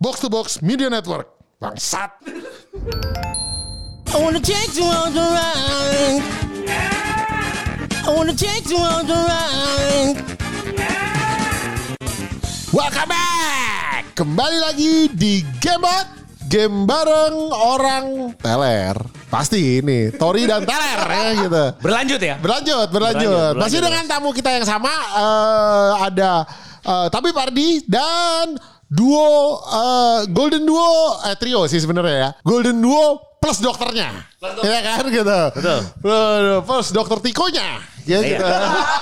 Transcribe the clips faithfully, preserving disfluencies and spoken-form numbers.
Box to Box Media Network. Bangsat. I wanna take you on the ride. I wanna take you on the ride. Welcome back. Kembali lagi di Gamebot. Game bareng orang teler. Pasti ini Tori dan teler ya gitu. Berlanjut ya? Berlanjut, berlanjut. berlanjut Masih berlanjut. dengan tamu kita yang sama. uh, Ada uh, Tabib Ardi dan duo uh, Golden Duo eh, trio sih sebenarnya ya. Golden Duo plus dokternya. Iya kan gitu. Betul. Plus dokter Tikonya. Ya Iya. gitu.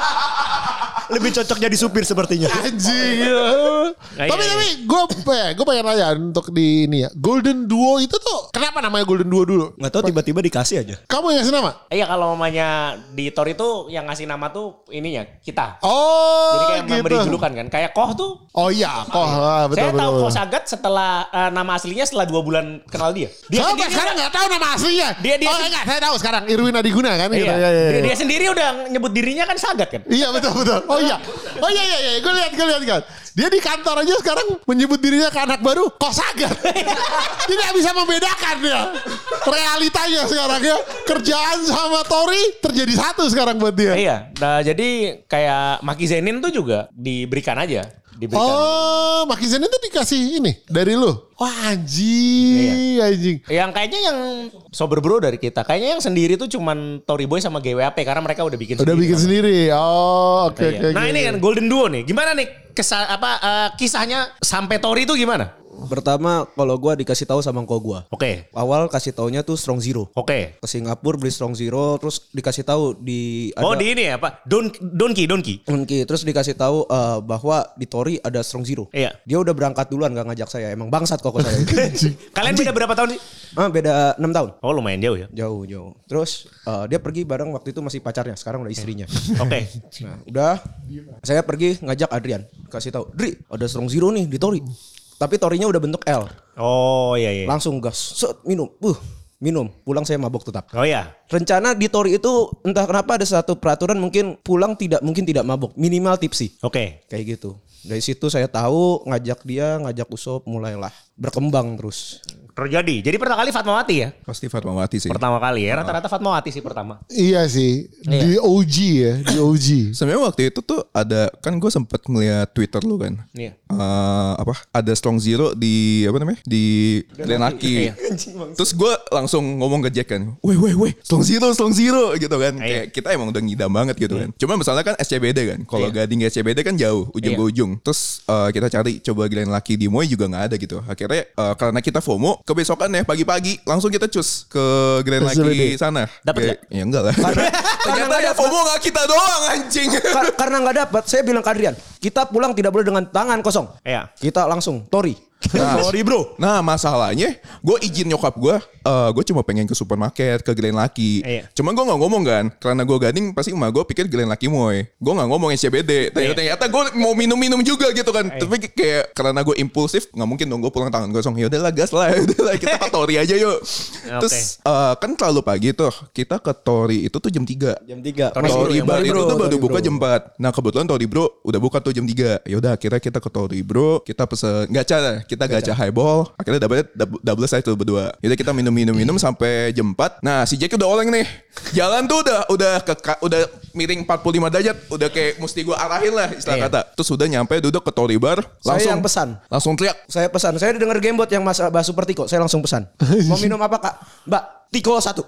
Lebih cocok jadi supir sepertinya. Anjing. Nah, tapi iya, tapi gue gue pengen nanya untuk di ini ya. Golden Duo itu tuh kenapa namanya Golden Duo dulu? Nggak tahu tiba-tiba dikasih aja. Kamu yang ngasih nama? Iya, kalau mamanya di Tor itu yang ngasih nama tuh ininya kita. Oh, Jadi kayak gitu. memberi julukan kan. Kayak Koh tuh. Oh iya, Koh. Ah, betul, Saya betul, tahu betul. Koh Sagat setelah uh, nama aslinya setelah dua bulan kenal dia. Dia Saya sendiri sekarang udah- nggak tahu nama aslinya. Dia- dia oh sen- enggak, saya tahu sekarang Irwin Adiguna kan. Iya. Gitu. Iya, iya, Dia, iya. dia sendiri udah nyebut dirinya kan Sagat kan. Iya betul betul. Oh iya. Oh iya iya iya. Gue lihat gue lihat kan. Dia di kantor aja sekarang menyebut dirinya ke anak baru Koh Sagat. Tidak bisa membedakan ya. Realitanya sekarang ya. Kerjaan sama Tori terjadi satu sekarang buat dia. Iya. Nah, jadi kayak Maki Zenin tuh juga diberikan aja. Diberikan. Oh, Maki Zen itu dikasih ini dari lu. Wah anjing, anjing. Yang kayaknya yang sober bro dari kita. Kayaknya yang sendiri tuh cuman Tory Boy sama G W A P karena mereka udah bikin Udah sendiri. bikin kan. sendiri. Oh, oke Iya. oke. Nah oke. ini kan Golden Duo nih. Gimana nih kesa apa eh, kisahnya sampai Tory itu gimana? Pertama kalau gue dikasih tahu sama koko gue. Oke. Awal kasih taunya tuh Strong Zero. Oke. Ke Singapura beli Strong Zero, terus dikasih tahu di Oh ada di ini ya Pak. Don Donki Donki. Donki. Terus dikasih tahu eh, bahwa di Tori ada Strong Zero. Iya. Dia udah berangkat duluan gak ngajak saya. Emang bangsat koko saya. Kalian beda berapa tahun sih? ah, beda enam tahun. Oh lumayan jauh ya. Jauh jauh. Terus eh, dia pergi bareng waktu itu masih pacarnya. Sekarang udah istrinya. Oke. Nah, udah saya pergi ngajak Adrian, kasih tahu, "Dri, ada Strong Zero nih di Tori." Tapi Torinya udah bentuk L. Oh iya iya. Langsung gas, set, minum. Uh, minum. Pulang saya mabok tetap. Oh iya. Rencana di Tori itu entah kenapa ada satu peraturan mungkin pulang tidak mungkin tidak mabok, minimal tipsi. Oke. Kayak gitu. Dari situ saya tahu, ngajak dia, ngajak Usop, mulailah berkembang terus. Terjadi. Jadi pertama kali Fatmawati ya? Pasti Fatmawati sih. Pertama kali ya. Rata-rata Fatmawati sih pertama. Iya sih. Di O G ya, di O G. Sebenarnya waktu itu tuh ada kan gue sempet ngeliat Twitter lu kan. Iya. Eh, apa? Ada Strong Zero di apa namanya? Di Glenaki. Iya. Terus gue langsung ngomong ke Jack kan, weh weh weh, Strong Zero, Strong Zero gitu kan. Iya. Kayak kita emang udah ngidam banget gitu kan. Cuma masalahnya kan S C B D kan. Kalau Iya. Gading S C B D kan jauh, ujung Iya. ke ujung. Terus eh, kita cari coba Glenaki di Moy juga nggak ada gitu. Akhirnya eh, karena kita FOMO, kebesokan ya pagi-pagi langsung kita cus ke Glenaki sana. Dapet Kayak, ya enggak lah. Karena Ternyata ya FOMO gak kita doang anjing. Kar- karena nggak dapat, saya bilang ke Adrian, kita pulang tidak boleh dengan tangan kosong. Iya. Kita langsung Tori. Nah, Sorry bro. Nah masalahnya gue izin nyokap gue, uh, gue cuma pengen ke supermarket, ke Glenaki. Iya. Cuman gue gak ngomong kan, karena gue Gading pasti emak gue pikir Glenaki Moy. Gue gak ngomong S C B D. Ternyata, ternyata gue mau minum-minum juga gitu kan. Iya. Tapi kayak karena gue impulsif, gak mungkin dong gue pulang tangan kosong. Ya udahlah gas lah, udahlah kita ke Tori aja yuk. Terus uh, kan terlalu pagi tuh, kita ke Tori itu tuh jam tiga. Jam tiga. Tori Tori Bro, Bar Tori itu Bro, tuh baru Tori buka Bro. jam empat. Nah kebetulan Tori Bro udah buka tuh jam tiga. Ya udah akhirnya kita ke Tori Bro, kita pesen gacha lah. Kita gacha highball. Akhirnya dapetnya dab- double size tuh berdua. Jadi kita minum-minum-minum sampai jam empat. Nah si Jack udah oleng nih. Jalan tuh udah udah ke udah miring empat puluh lima derajat. Udah kayak mesti gue arahin lah istilah Iya. kata. Terus udah nyampe duduk ke Tori Bar. Saya Langsung yang pesan. Langsung teriak. Saya pesan. Saya denger Gamebot yang mas bahas Super Tiko. Saya langsung pesan. Mau minum apa kak? Mbak, Tiko satu.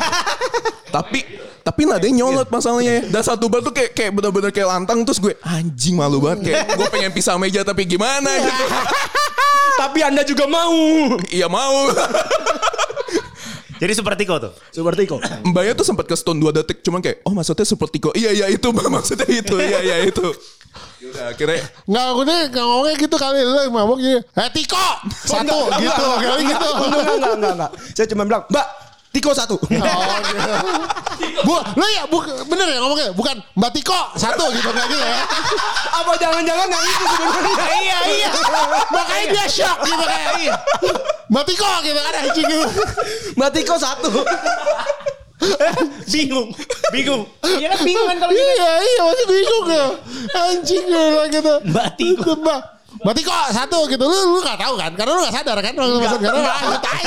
Tapi tapi nadanya nyolot masalahnya. Dan satu bar tuh kayak kayak bener-bener kayak lantang. Terus gue anjing malu banget. Kayak gue pengen pisah meja tapi gimana gitu. Tapi anda juga mau. Iya mau. Jadi seperti kau tuh. Super Tiko. Mbaknya tuh sempat ke stone dua detik. Cuman kayak oh maksudnya seperti kok. Iya iya itu mbak maksudnya itu. Iya iya itu. Yaudah akhirnya. Nggak, aku nih nggak ngomongnya gitu kali. Lu yang mabok jadi, eh Tiko! Satu gitu, kali gitu. Enggak, enggak, enggak, enggak. Saya cuma bilang, Mbak, Tiko satu. Oh, gitu. Bu, lu ya bu, bener ya ngomongnya? Bukan Mbak Tiko satu gitu kayak gitu ya? Apa jangan-jangan yang itu sebenarnya? Iya iya. Makanya dia shock gitu kayak. Mbak Tiko gitu kan anjing gitu. Mbak Tiko satu. Bingung. Bingung. Iya kan bingung kan kalau gitu. Iya iya masih bingung ya. Anjing gitu gitu. Mbak Tiko. Mbak Berarti kok satu gitu lu lu nggak tahu kan? Karena lu nggak sadar kan? Lu nggak sadar. Lu tai.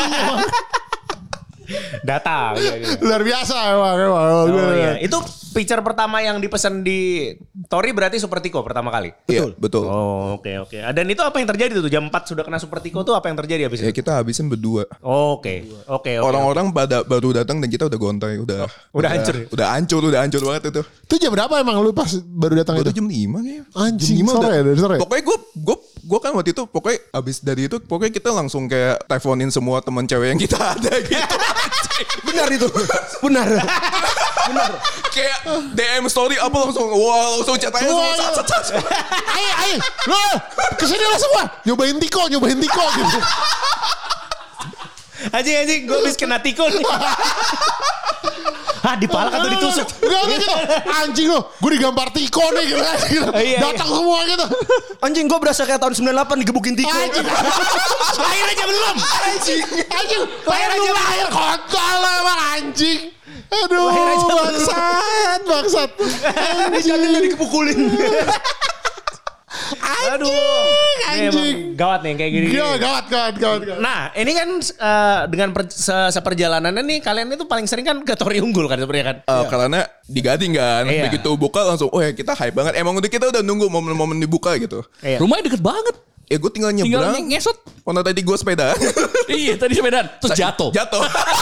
Data. Gitu. Luar biasa emang. emang. Oh iya. Itu feature pertama yang dipesan di Tori berarti Super Tico pertama kali? Iya, betul. Oh oke oke. Dan itu apa yang terjadi tuh? Jam empat sudah kena Super Tico tuh apa yang terjadi habis Ya itu? kita habisin berdua. Oke. Oke oke. Orang-orang pada baru datang dan kita udah gontai, udah Udah hancur ya? Udah hancur, udah hancur banget itu. Itu jam berapa emang lu pas baru datang Baru itu? jam lima kayaknya. Anjing, Jam lima sore udah. ya, dari sore? Pokoknya gue gue gue kan waktu itu pokoknya abis dari itu pokoknya kita langsung kayak teleponin semua teman cewek yang kita ada gitu. Benar itu. Benar. Benar. Kayak D M story apa langsung wah langsung chat aja semua. Semua, Cat, cat, cat. Ayo ayo. Lu kesini lah semua. Nyobain Tiko, nyobain Tiko gitu. Anjing anjing gue habis kena Tico nih. Hah dipalak atau ditusuk? Enggak gitu. Anjing lu, gue digambar Tiko nih gitu. gitu. Iya, Datang semua gitu. Anjing gue berasa kayak tahun sembilan puluh delapan digebukin Tiko. Anjing. Lahir aja belum. Anjing. Anjing. Lahir aja lahir kontol lah emang anjing. Aduh, Lahir aja belum. bangsat, bangsat. Anjing dikepukulin. Aduh. Ini Anjing. emang gawat nih kayak gini. Gawat, gawat, gawat, gawat. gawat. Nah ini kan uh, dengan per, se, seperjalanannya nih kalian itu paling sering kan ke Tori Unggul kan sebenarnya kan? Eh, karena di Gading kan, Iya. begitu buka langsung, oh ya kita hype banget. Emang udah kita udah nunggu momen-momen dibuka gitu. Iya. Rumahnya deket banget. Ya gue tinggal Tinggal nyebrang. nge- ngesot. Karena tadi gue sepeda. Iya tadi sepedaan. Terus jatuh. Jatuh.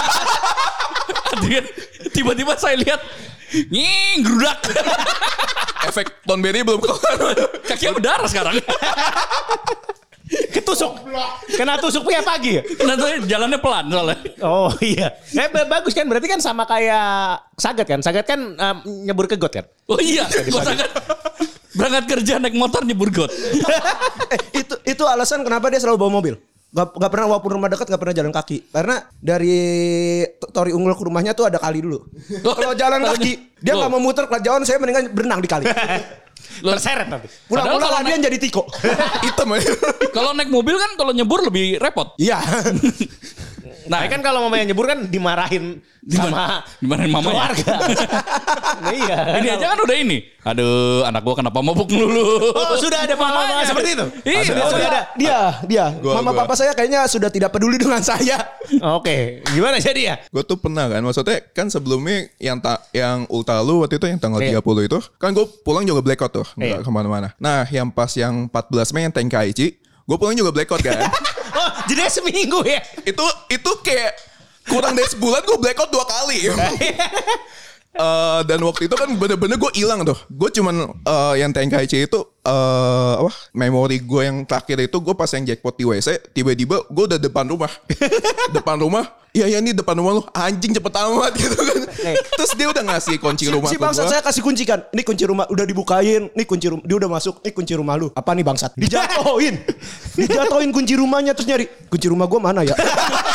Dia- Tiba-tiba saya lihat. Nying gerudak. Efek Tom Berry belum keluar. Kakinya berdarah sekarang. Ketusuk. Kena tusuk punya pagi ya? Nanti jalannya pelan soalnya. Oh iya. Eh, ba- bagus kan berarti kan sama kayak Sagat kan? Sagat kan um, nyebur ke got kan? Oh iya. Gua sangat berangkat kerja naik motor nyebur got. eh, itu itu alasan kenapa dia selalu bawa mobil. Gak, gak pernah walaupun rumah dekat gak pernah jalan kaki. Karena dari Tori Unggul ke rumahnya tuh ada kali dulu. Kalau jalan kaki dia Loh. gak mau muter ke jauhan, saya mendingan berenang di kali. Terseret nanti. Pulang-pulang Padahal kalau latihan jadi Tiko. Hitam aja. Kalau naik mobil kan kalau nyebur lebih repot. Iya. Nah kan kalau mamanya nyebur kan dimarahin sama Dimarahin mamanya. keluarga. Nah, iya. Ini aja kan udah ini. Aduh, anak gua kenapa mabuk melulu? Oh sudah ada mama seperti itu? Iya, sudah, Oh, sudah dia, ada. dia, dia. Gua- Mama gua. papa saya kayaknya sudah tidak peduli dengan saya. Oke, gimana jadi ya? Gue tuh pernah kan, maksudnya kan sebelumnya yang tak yang Ultra lu waktu itu yang tanggal Iya. tiga puluh itu, kan gue pulang juga blackout tuh, Iya. nggak kemana-mana. Nah yang pas yang empat belas Mei yang Tenkaichi, gue pulang juga blackout kan. Oh jadi seminggu ya? itu itu kayak kurang dari sebulan gue blackout dua kali. Eh, dan waktu itu kan bener-bener gue hilang tuh. Gue cuman eh, yang Tenkaichi itu eh, apa? Memori gue yang terakhir itu gue pas yang jackpot di W C, tiba-tiba gue udah depan rumah. Depan rumah. Iya ya ini depan rumah lu anjing cepet amat gitu kan. Terus dia udah ngasih kunci rumah Si ke bangsat gue. saya kasih kunci kan. Ini kunci rumah udah dibukain. Ini kunci rumah. Dia udah masuk. Ini kunci rumah lu. Apa nih bangsat? Dijatoin. Dijatoin kunci rumahnya terus nyari. Kunci rumah gue mana ya?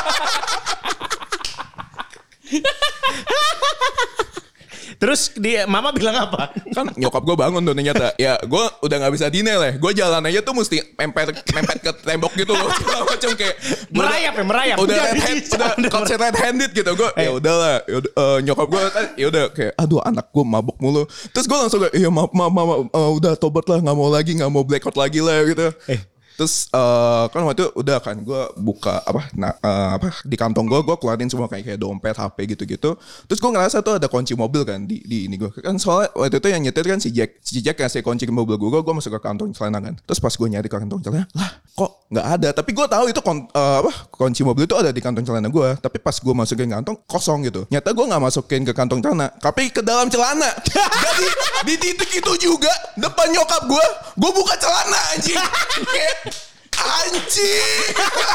Terus dia mama bilang apa? Kan nyokap gue bangun tuh ternyata. Ya gue udah gak bisa dinail ya. Gue jalan aja tuh mesti mempet, mempet ke tembok gitu loh. Segala macam kayak. Merayap ya, merayap. Udah Udah red hand, dicisam. udah konsep red handed gitu. Gue ya udahlah. Yaudah, eh, nyokap gue kan ya udah kayak aduh anak gue mabuk mulu. Terus gue langsung kayak iya maaf maaf maaf eh, udah tobat lah nggak mau lagi nggak mau blackout lagi lah gitu. Terus eh, kan waktu itu udah kan gue buka apa nah, eh, apa di kantong gue gue keluarin semua kayak kayak dompet H P gitu-gitu. Terus gue ngerasa tuh ada kunci mobil kan di di ini gue kan soalnya waktu itu yang nyetir kan si Jack si Jack ngasih kunci ke mobil gue gue masuk ke kantong celana kan. Terus pas gue nyari ke kantong celana lah kok nggak ada. Tapi gue tahu itu kon, eh, apa kunci mobil itu ada di kantong celana gue. Tapi pas gue masukin kantong kosong gitu. Nyata gue nggak masukin ke kantong celana tapi ke dalam celana. Jadi di titik itu juga depan nyokap gue gue buka celana anjing. Kayak anjing.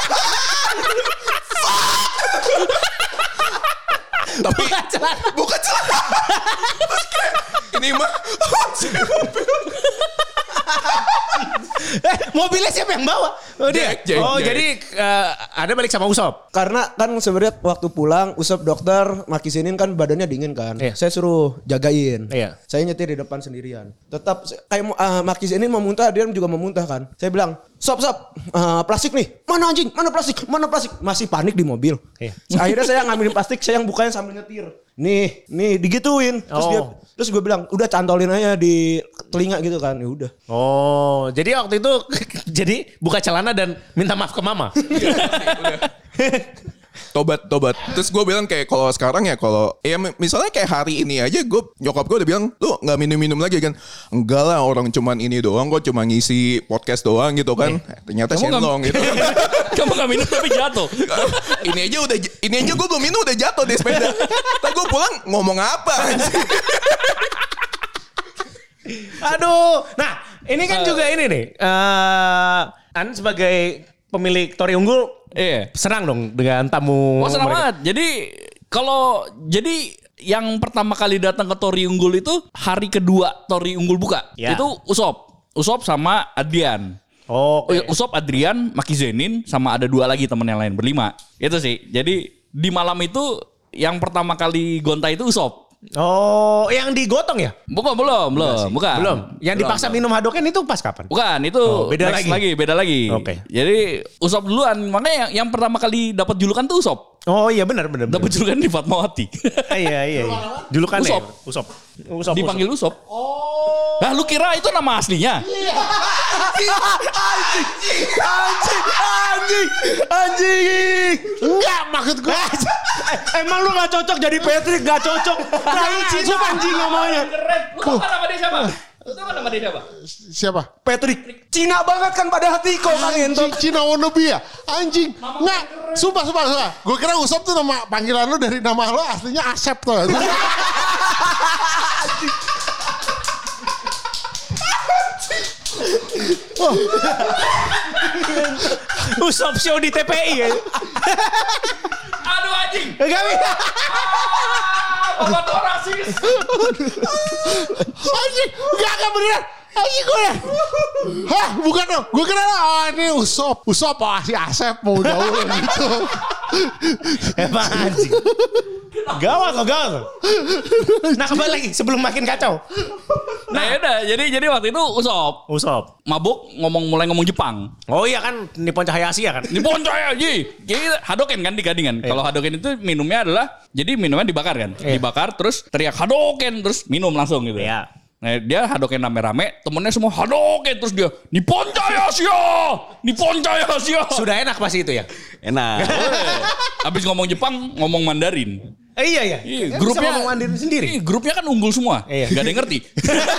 Fuck. Tapi Buka celana. buka celana. Terus kayak ini mah Eh, mobilnya siapa yang bawa? Oh, dia. Jack, Jack, oh Jack. jadi eh, ada balik sama Usop. Karena kan sebenarnya waktu pulang Usap dokter makisinin kan badannya dingin kan. Iya. Saya suruh jagain. Iya. Saya nyetir di depan sendirian. Tetap kayak uh, makisinin mau muntah dia juga mau muntah kan. Saya bilang, "Sop, sop, uh, plastik nih. Mana anjing? Mana plastik? Mana plastik?" Masih panik di mobil. Iya. Akhirnya saya ngambilin plastik, saya yang bukanya sambil nyetir. nih, nih digituin. Terus Oh. dia, terus gue bilang, udah cantolin aja di telinga gitu kan. Ya udah. Oh, jadi waktu itu jadi buka celana dan minta maaf ke mama. Tobat, tobat. Terus gue bilang kayak kalau sekarang ya kalau ya misalnya kayak hari ini aja gue nyokap gue udah bilang lu nggak minum-minum lagi kan? Enggak lah, orang cuman ini doang, gue cuma ngisi podcast doang gitu kan. Eh. Ternyata shenlong gitu. Kamu gak minum tapi jatuh. ini aja udah ini aja gue belum minum udah jatuh di sepeda. Tapi gue pulang ngomong apa? Aduh. Nah, ini kan uh, juga ini nih. Eh, An sebagai pemilik Tori Unggul, Iya. senang dong dengan tamu. Oh senang mereka. banget. Jadi kalau jadi yang pertama kali datang ke Tori Unggul itu hari kedua Tori Unggul buka. Ya. Itu Usop. Usop sama Adrian. Oh, okay. Usop, Adrian, Maki Zenin sama ada dua lagi temen yang lain berlima. Itu sih. Jadi di malam itu yang pertama kali gonta itu Usop. Oh, yang digotong ya? Bukan, belum, belum, bukan. Belum. Yang Belum, dipaksa belum. minum hadoken itu pas kapan? Bukan, itu Oh, beda next lagi. beda lagi. Oke. Jadi Usop duluan, makanya yang, yang pertama kali dapat julukan tuh Usop. Oh iya benar benar. Dapat julukan di Fatmawati. iya iya. iya. Julukannya Usop. Usop. Usop. Dipanggil Usop. Oh. Nah, lu kira itu nama aslinya? Anjing, anjing, anjing. Enggak, maksud gue. Emang lu gak cocok jadi Patrick, gak cocok. Raichi itu anjing namanya. Lu tau kan nama dia siapa? Lu tau kan nama dia siapa? Siapa? Patrick. Cina banget kan pada hati kok kan Anjing, entot. Cina wannabe ya? Anjing. Nggak, sumpah, sumpah, sumpah. Gue kira Usop tuh nama panggilan lu dari nama lu aslinya Asep tuh. Usop show di T P I ya. Aduh anjing. Enggak bisa. Bapak tuh rasis. Anjing, enggak, enggak beneran. Anjing gue ya. Hah, bukan dong. Gue kira oh ini Usop. Usop oh si Asep mau jauh gitu. Emang anjing. Gawat loh, gawat loh. Nah kembali lagi sebelum makin kacau. Nah, yaudah, jadi jadi waktu itu Usop Usop. mabuk ngomong mulai ngomong Jepang. Oh iya kan Nippon Cahaya Asia kan. Ini Poncaya Ji. Jadi Hadoken kan di gadingan. Iya. Kalau Hadoken itu minumnya adalah jadi minumnya dibakar kan. Iya. Dibakar terus teriak Hadoken terus minum langsung gitu. Iya. Nah, dia Hadoken rame-rame, temennya semua Hadoken terus dia Nippon Cahaya Asia. Nippon Cahaya Asia. Sudah enak pasti itu ya. Enak. Habis ngomong Jepang, ngomong Mandarin. Eh, iya iya. Iya, Kan grupnya bisa ngomong mandiri sendiri. Iya, grupnya kan unggul semua. Iya. Gak ada yang ngerti.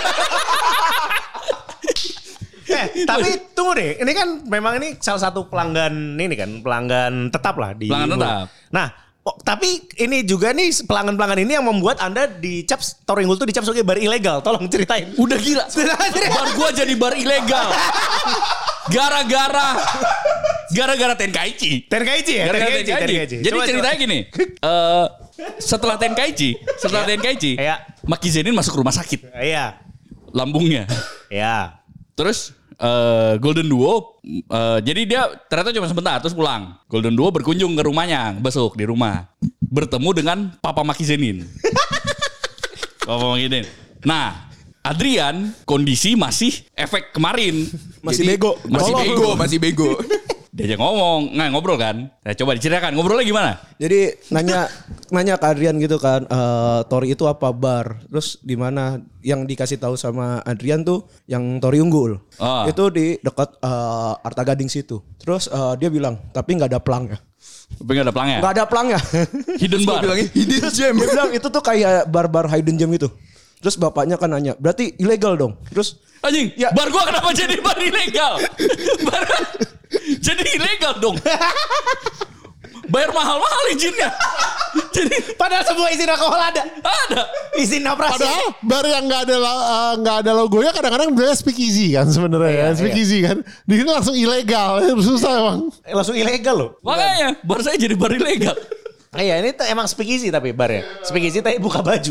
Eh, tapi tunggu deh. Ini kan memang ini salah satu pelanggan ini kan, pelanggan tetap lah di Pelanggan Unggul. tetap. Nah, oh, tapi ini juga nih pelanggan-pelanggan ini yang membuat Anda dicap Tori Unggul tuh dicap sebagai bar ilegal. Tolong ceritain. Udah gila. Bar gua jadi bar ilegal. Gara-gara gara-gara Tenkaichi. Tenkaichi ya? Gara-gara Tenkaichi, Tenkaichi. Tenkaichi. Jadi Coba, ceritanya coba. gini. Eh setelah Tenkaichi, setelah Tenkaichi, Iya. Maki Zenin masuk rumah sakit Iya. lambungnya. Iya. Terus eh, Golden Duo eh, jadi dia ternyata cuma sebentar terus pulang. Golden Duo berkunjung ke rumahnya, besok di rumah. Bertemu dengan Papa Maki Zenin. Papa Maki Zenin. Nah, Adrian kondisi masih efek kemarin. Masih Jadi, bego. Masih Masih bego. bego, masih bego. Diajak ngomong, nggak ngobrol kan? Nah, coba diceritakan ngobrolnya gimana? Jadi nanya nanya ke Adrian gitu kan, eh, Tori itu apa bar? Terus di mana? Yang dikasih tahu sama Adrian tuh yang Tori Unggul. Ah. Itu di dekat eh, Arta Gading situ. Terus eh, dia bilang, tapi nggak ada pelangnya. Tapi nggak ada pelangnya. Nggak ada pelangnya. Hidden bar. Bilangnya hidden gem. Dia bilang itu tuh kayak bar-bar hidden gem gitu. Terus bapaknya kan nanya, berarti ilegal dong. Terus Anjing, Ya. bar gua kenapa jadi bar ilegal? Bar jadi ilegal dong. Bayar mahal-mahal izinnya. Jadi Padahal semua izin alkohol ada. ada. Izin operasi. Padahal bar yang nggak ada uh, nggak ada logonya kadang-kadang dia speak easy kan sebenarnya Iya, kan speak iya. easy kan. Di sini langsung ilegal, susah emang. Eh, langsung ilegal loh. Makanya bar saya jadi bar ilegal. Iya ini tuh emang speakeasy tapi bar ya. Speakeasy tapi buka baju.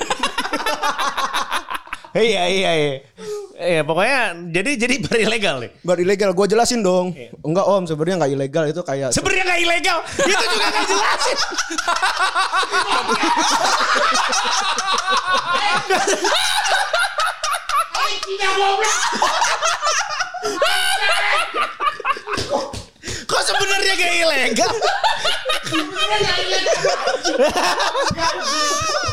Iya iya iya. Iya pokoknya jadi jadi bar ilegal nih. bar ilegal, gue jelasin dong. Enggak om, sebenarnya nggak ilegal itu kayak. Sebenarnya nggak ilegal. Itu juga nggak jelasin. Kok sebenarnya nggak ilegal?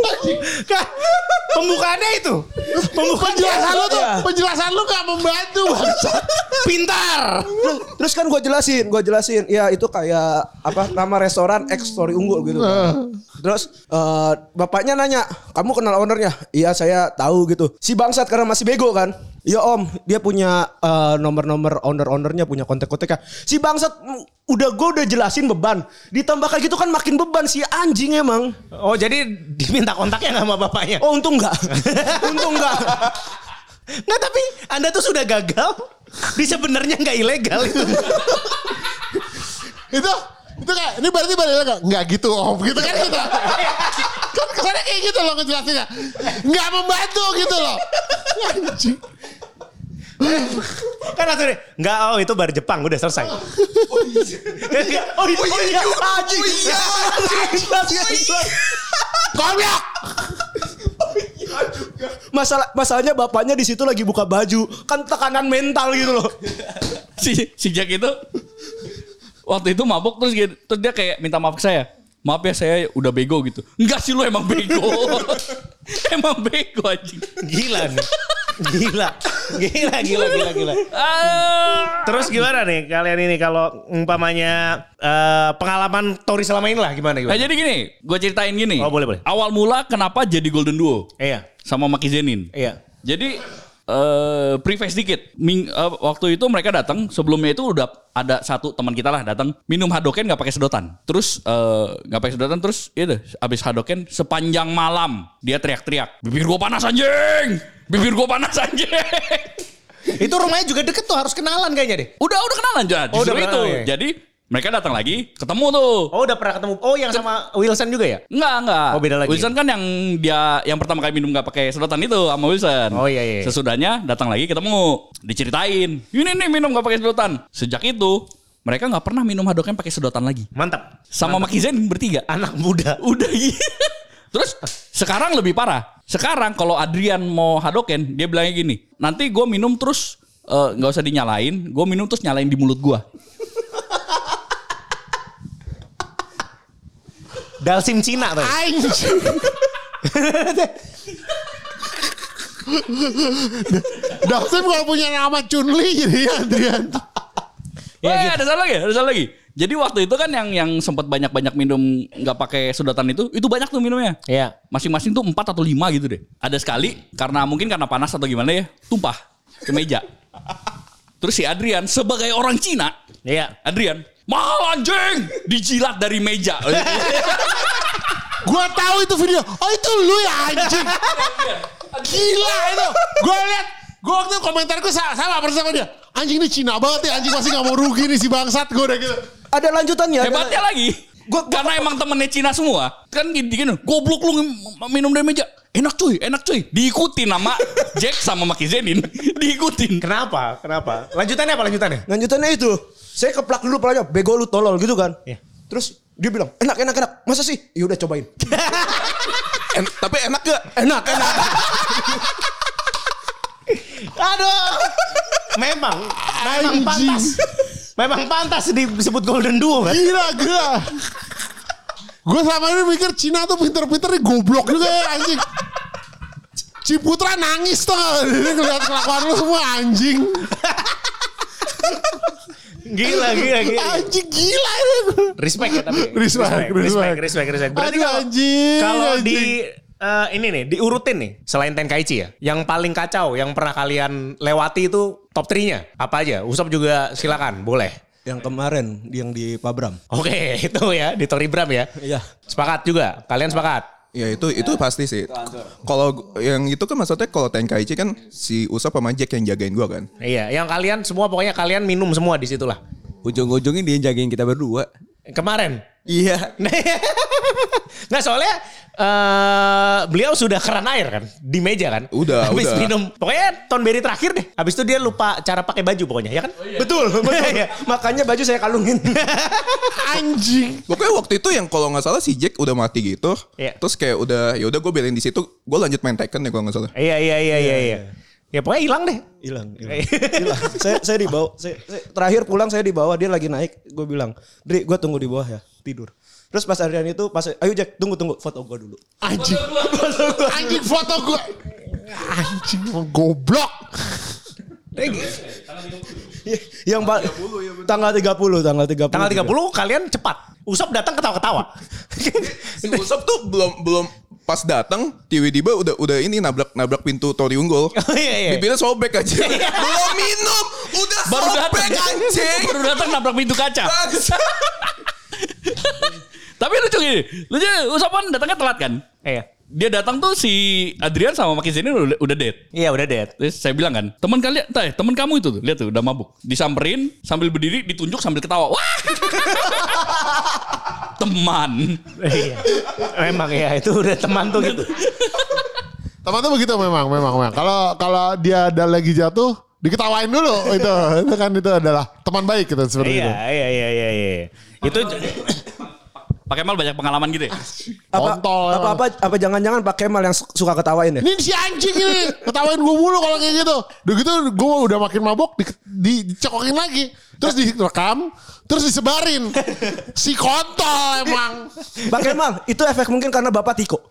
Kan pembukaannya itu. Pembukaan Penjelasan lu tuh, Iya. penjelasan lu gak membantu bangsat. pintar. Terus, terus kan gue jelasin, gue jelasin, ya itu kayak apa nama restoran X Story Unggul gitu. Kan. Terus eh, bapaknya nanya, kamu kenal ownernya? Iya saya tahu gitu. Si bangsat karena masih bego kan. Iya om, dia punya eh, nomor-nomor owner-ownernya, punya kontak-kontaknya. Si bangsat mm, udah gue udah jelasin beban. Ditambah kayak gitu kan makin beban si anjing emang. Oh jadi diminta kontaknya nggak sama bapaknya? Oh untung enggak. Untung enggak. Nggak, tapi Anda tuh sudah gagal. Di sebenarnya nggak ilegal itu. Itu itu kayak ini berarti balik lagi nggak gitu om gitu kan kita kan kesannya kayak gitu loh ngejelasinnya nggak membantu gitu loh. Anjing. Kan langsung deh, nggak, oh itu bar Jepang udah selesai. Oh iya, oh iya, oh iya, anjing. Goblok. Masalah masalahnya bapaknya di situ lagi buka baju, kan tekanan mental gitu loh. si si Jack itu waktu itu mabuk terus gitu, terus dia kayak minta maaf ke saya. Maaf ya saya udah bego gitu. Enggak sih lu emang bego. Emang bego anjing. Gila nih. Gila. Gila, gila, gila, gila. Ah. Terus gimana nih kalian ini kalau umpamanya uh, pengalaman Tori selama ini lah gimana Nah gimana? jadi gini, gue ceritain gini. Oh, boleh, boleh. Awal mula kenapa jadi Golden Duo Iya. sama Maki Zenin. Iya. Jadi eh preface dikit. Ming, eh, waktu itu mereka datang, sebelumnya itu udah ada satu teman kita lah datang minum Hadoken nggak pakai sedotan. Terus eh, nggak pakai sedotan terus ya deh abis Hadoken sepanjang malam dia teriak-teriak, "Bibir gua panas anjing! Bibir gua panas anjing!" Itu rumahnya juga deket tuh, harus kenalan kayaknya deh. Udah udah kenalan jadi Oh, udah justru itu. kenalan, ya. Jadi mereka datang lagi, ketemu tuh. Oh udah pernah ketemu. Oh yang sama Wilson juga ya? Enggak, enggak. Oh, beda lagi. Wilson kan yang dia yang pertama kali minum gak pakai sedotan itu sama Wilson. Oh, iya, iya. Sesudahnya datang lagi ketemu, diceritain. Ini nih minum gak pakai sedotan. Sejak itu mereka nggak pernah minum Hadoken pakai sedotan lagi. Mantap. Sama Maki Zen bertiga. Anak muda. Udah gitu. Terus sekarang lebih parah. Sekarang kalau Adrian mau Hadoken, dia bilangnya gini. Nanti gue minum terus eh, nggak usah dinyalain. Gue minum terus nyalain di mulut gue. Dalsim Cina tuh. Anjing. Dalsim kalau punya nama Chunli jadi Adrian. Ya, oh, ada salah lagi, ada salah lagi. Jadi waktu itu kan yang yang sempat banyak-banyak minum nggak pakai sedotan itu, itu banyak tuh minumnya. Iya. Masing-masing tuh empat atau lima gitu deh. Ada sekali karena mungkin karena panas atau gimana ya, tumpah ke meja. Terus si Adrian sebagai orang Cina, Iya. Adrian, mahal anjing, dijilat dari meja. Gua tahu itu video. Oh itu lu ya anjing. Gila itu. Gua lihat. Gua waktu komentarku sama, sama persis sama dia. Anjing ini Cina banget ya. Anjing pasti gak mau rugi nih si bangsat. Gua udah gitu. Ada lanjutannya. Hebatnya ada... lagi, Gua- gua- karena emang temennya Cina semua, kan gini, gini goblok lu minum dari meja. Enak cuy, enak cuy. Diikutin sama Jack sama Maki Zenin. Diikutin. Kenapa? Kenapa? Lanjutannya apa lanjutannya? Lanjutannya itu. Saya keplak dulu palanya. Bego lu tolol gitu kan. Iya. Terus dia bilang enak enak enak. Masa sih? Ya udah cobain. En- tapi enak gak? Enak enak. Aduh. Memang. Memang pantas. Memang pantas disebut Golden Duo kan? Gila gila. Gue selama ini mikir Cina tuh pinter-pinter nih goblok juga ya anjing. Ciputra nangis tuh gak? Ini ngeliat kelakuan lu semua anjing. Gila, gila, gila. Anjing gila ini. Respect ya tapi. Respect, respect, respect. respect, respect. Berarti Aduh, kalau anjing, kalau anjing. di eh, ini nih diurutin nih selain Tenkaichi ya, yang paling kacau yang pernah kalian lewati itu top tiga-nya apa aja? Usop juga silakan, boleh. Yang kemarin yang di Pabram. Oke, itu ya di Tori Bram ya. Iya. Sepakat juga, kalian sepakat? Ya itu itu pasti sih. Kalau yang itu kan maksudnya kalau Tenkaichi kan si Usop sama Jack yang jagain gua kan. Iya, yang kalian semua pokoknya kalian minum semua di situ lah. Ujung-ujungnya dia jagain kita berdua. Kemarin. Iya. Nggak soalnya eh beliau sudah keran air kan di meja kan. Udah, Habis udah. minum. Pokoknya Tonberry terakhir deh. Habis itu dia lupa cara pakai baju pokoknya ya kan? Betul, betul. Iya. Makanya baju saya kalungin. Anjing. Pokoknya waktu itu yang kalau nggak salah si Jack udah mati gitu. Iya. Terus kayak udah ya udah gue biarin di situ. Gue lanjut main Tekken ya kalau nggak salah. Iya iya iya iya iya. Ya pokoknya hilang deh. Hilang. Hilang. saya saya dibawa. Saya, saya, terakhir pulang saya dibawa dia lagi naik. Gue bilang, Dri, gue tunggu di bawah ya. Tidur. Terus pas Adrian itu pas ayo Jack tunggu tunggu foto gue dulu. Anjing. Anjing foto gue. Anjing goblok. Yang pak tanggal tiga puluh tanggal tiga puluh. Tanggal tiga puluh kalian cepat. Usop datang ketawa-ketawa. Si Usop tuh belum belum pas datang tiba-tiba udah udah ini nabrak nabrak pintu Tori Unggul. Oh, iya, iya. Bibirnya sobek aja. Belum minum udah Baru sobek datang. anjing. Baru datang nabrak pintu kaca. Tapi lucu gini. Lucu Usop kan datangnya telat kan? Iya. Dia datang tuh si Adrian sama Maki Zenin udah, udah dead. Iya udah dead. Terus saya bilang kan, teman kalian, eh, teman kamu itu tuh, lihat tuh udah mabuk. Disamperin sambil berdiri, ditunjuk sambil ketawa. Wah. Teman. Iya. Memang ya itu udah teman tuh gitu. Teman tuh begitu memang, memang, memang. Kalau kalau dia ada lagi jatuh, diketawain dulu itu. Itu kan itu adalah teman baik gitu seperti itu. Iya, iya, iya, iya, iya. Itu Pak Kemal banyak pengalaman gitu ya? Apa, Kontol, apa, apa, apa jangan-jangan Pak Kemal yang suka ketawain ya? Ini si anjing ini ketawain gue mulu kalau kayak gitu. Udah gitu gue udah makin mabok di, di, dicokokin lagi. Terus direkam, terus disebarin. Si kontol emang. Pak Kemal itu efek mungkin karena Bapak Tiko.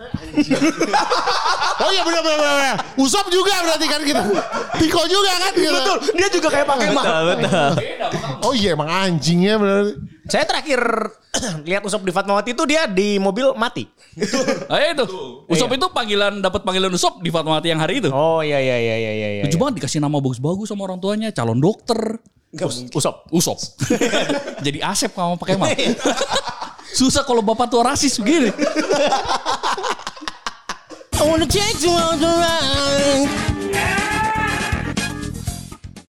Oh iya benar benar benar. Usop juga berarti kan gitu. Tiko juga kan gitu. Betul, dia juga kayak Pak Kemal. betul, betul. Oh iya emang anjingnya benar. Saya terakhir lihat Usop di Fatmawati itu dia di mobil mati. Oh iya itu. Usop itu panggilan dapat panggilan Usop di Fatmawati yang hari itu. Oh iya iya iya iya iya. Lucu banget dikasih nama bagus-bagus sama orang tuanya, calon dokter. Usop. Usop. Jadi Asep sama Pak Kemal. Susah kalau bapak tua rasis begini. I wanna take you on the ride.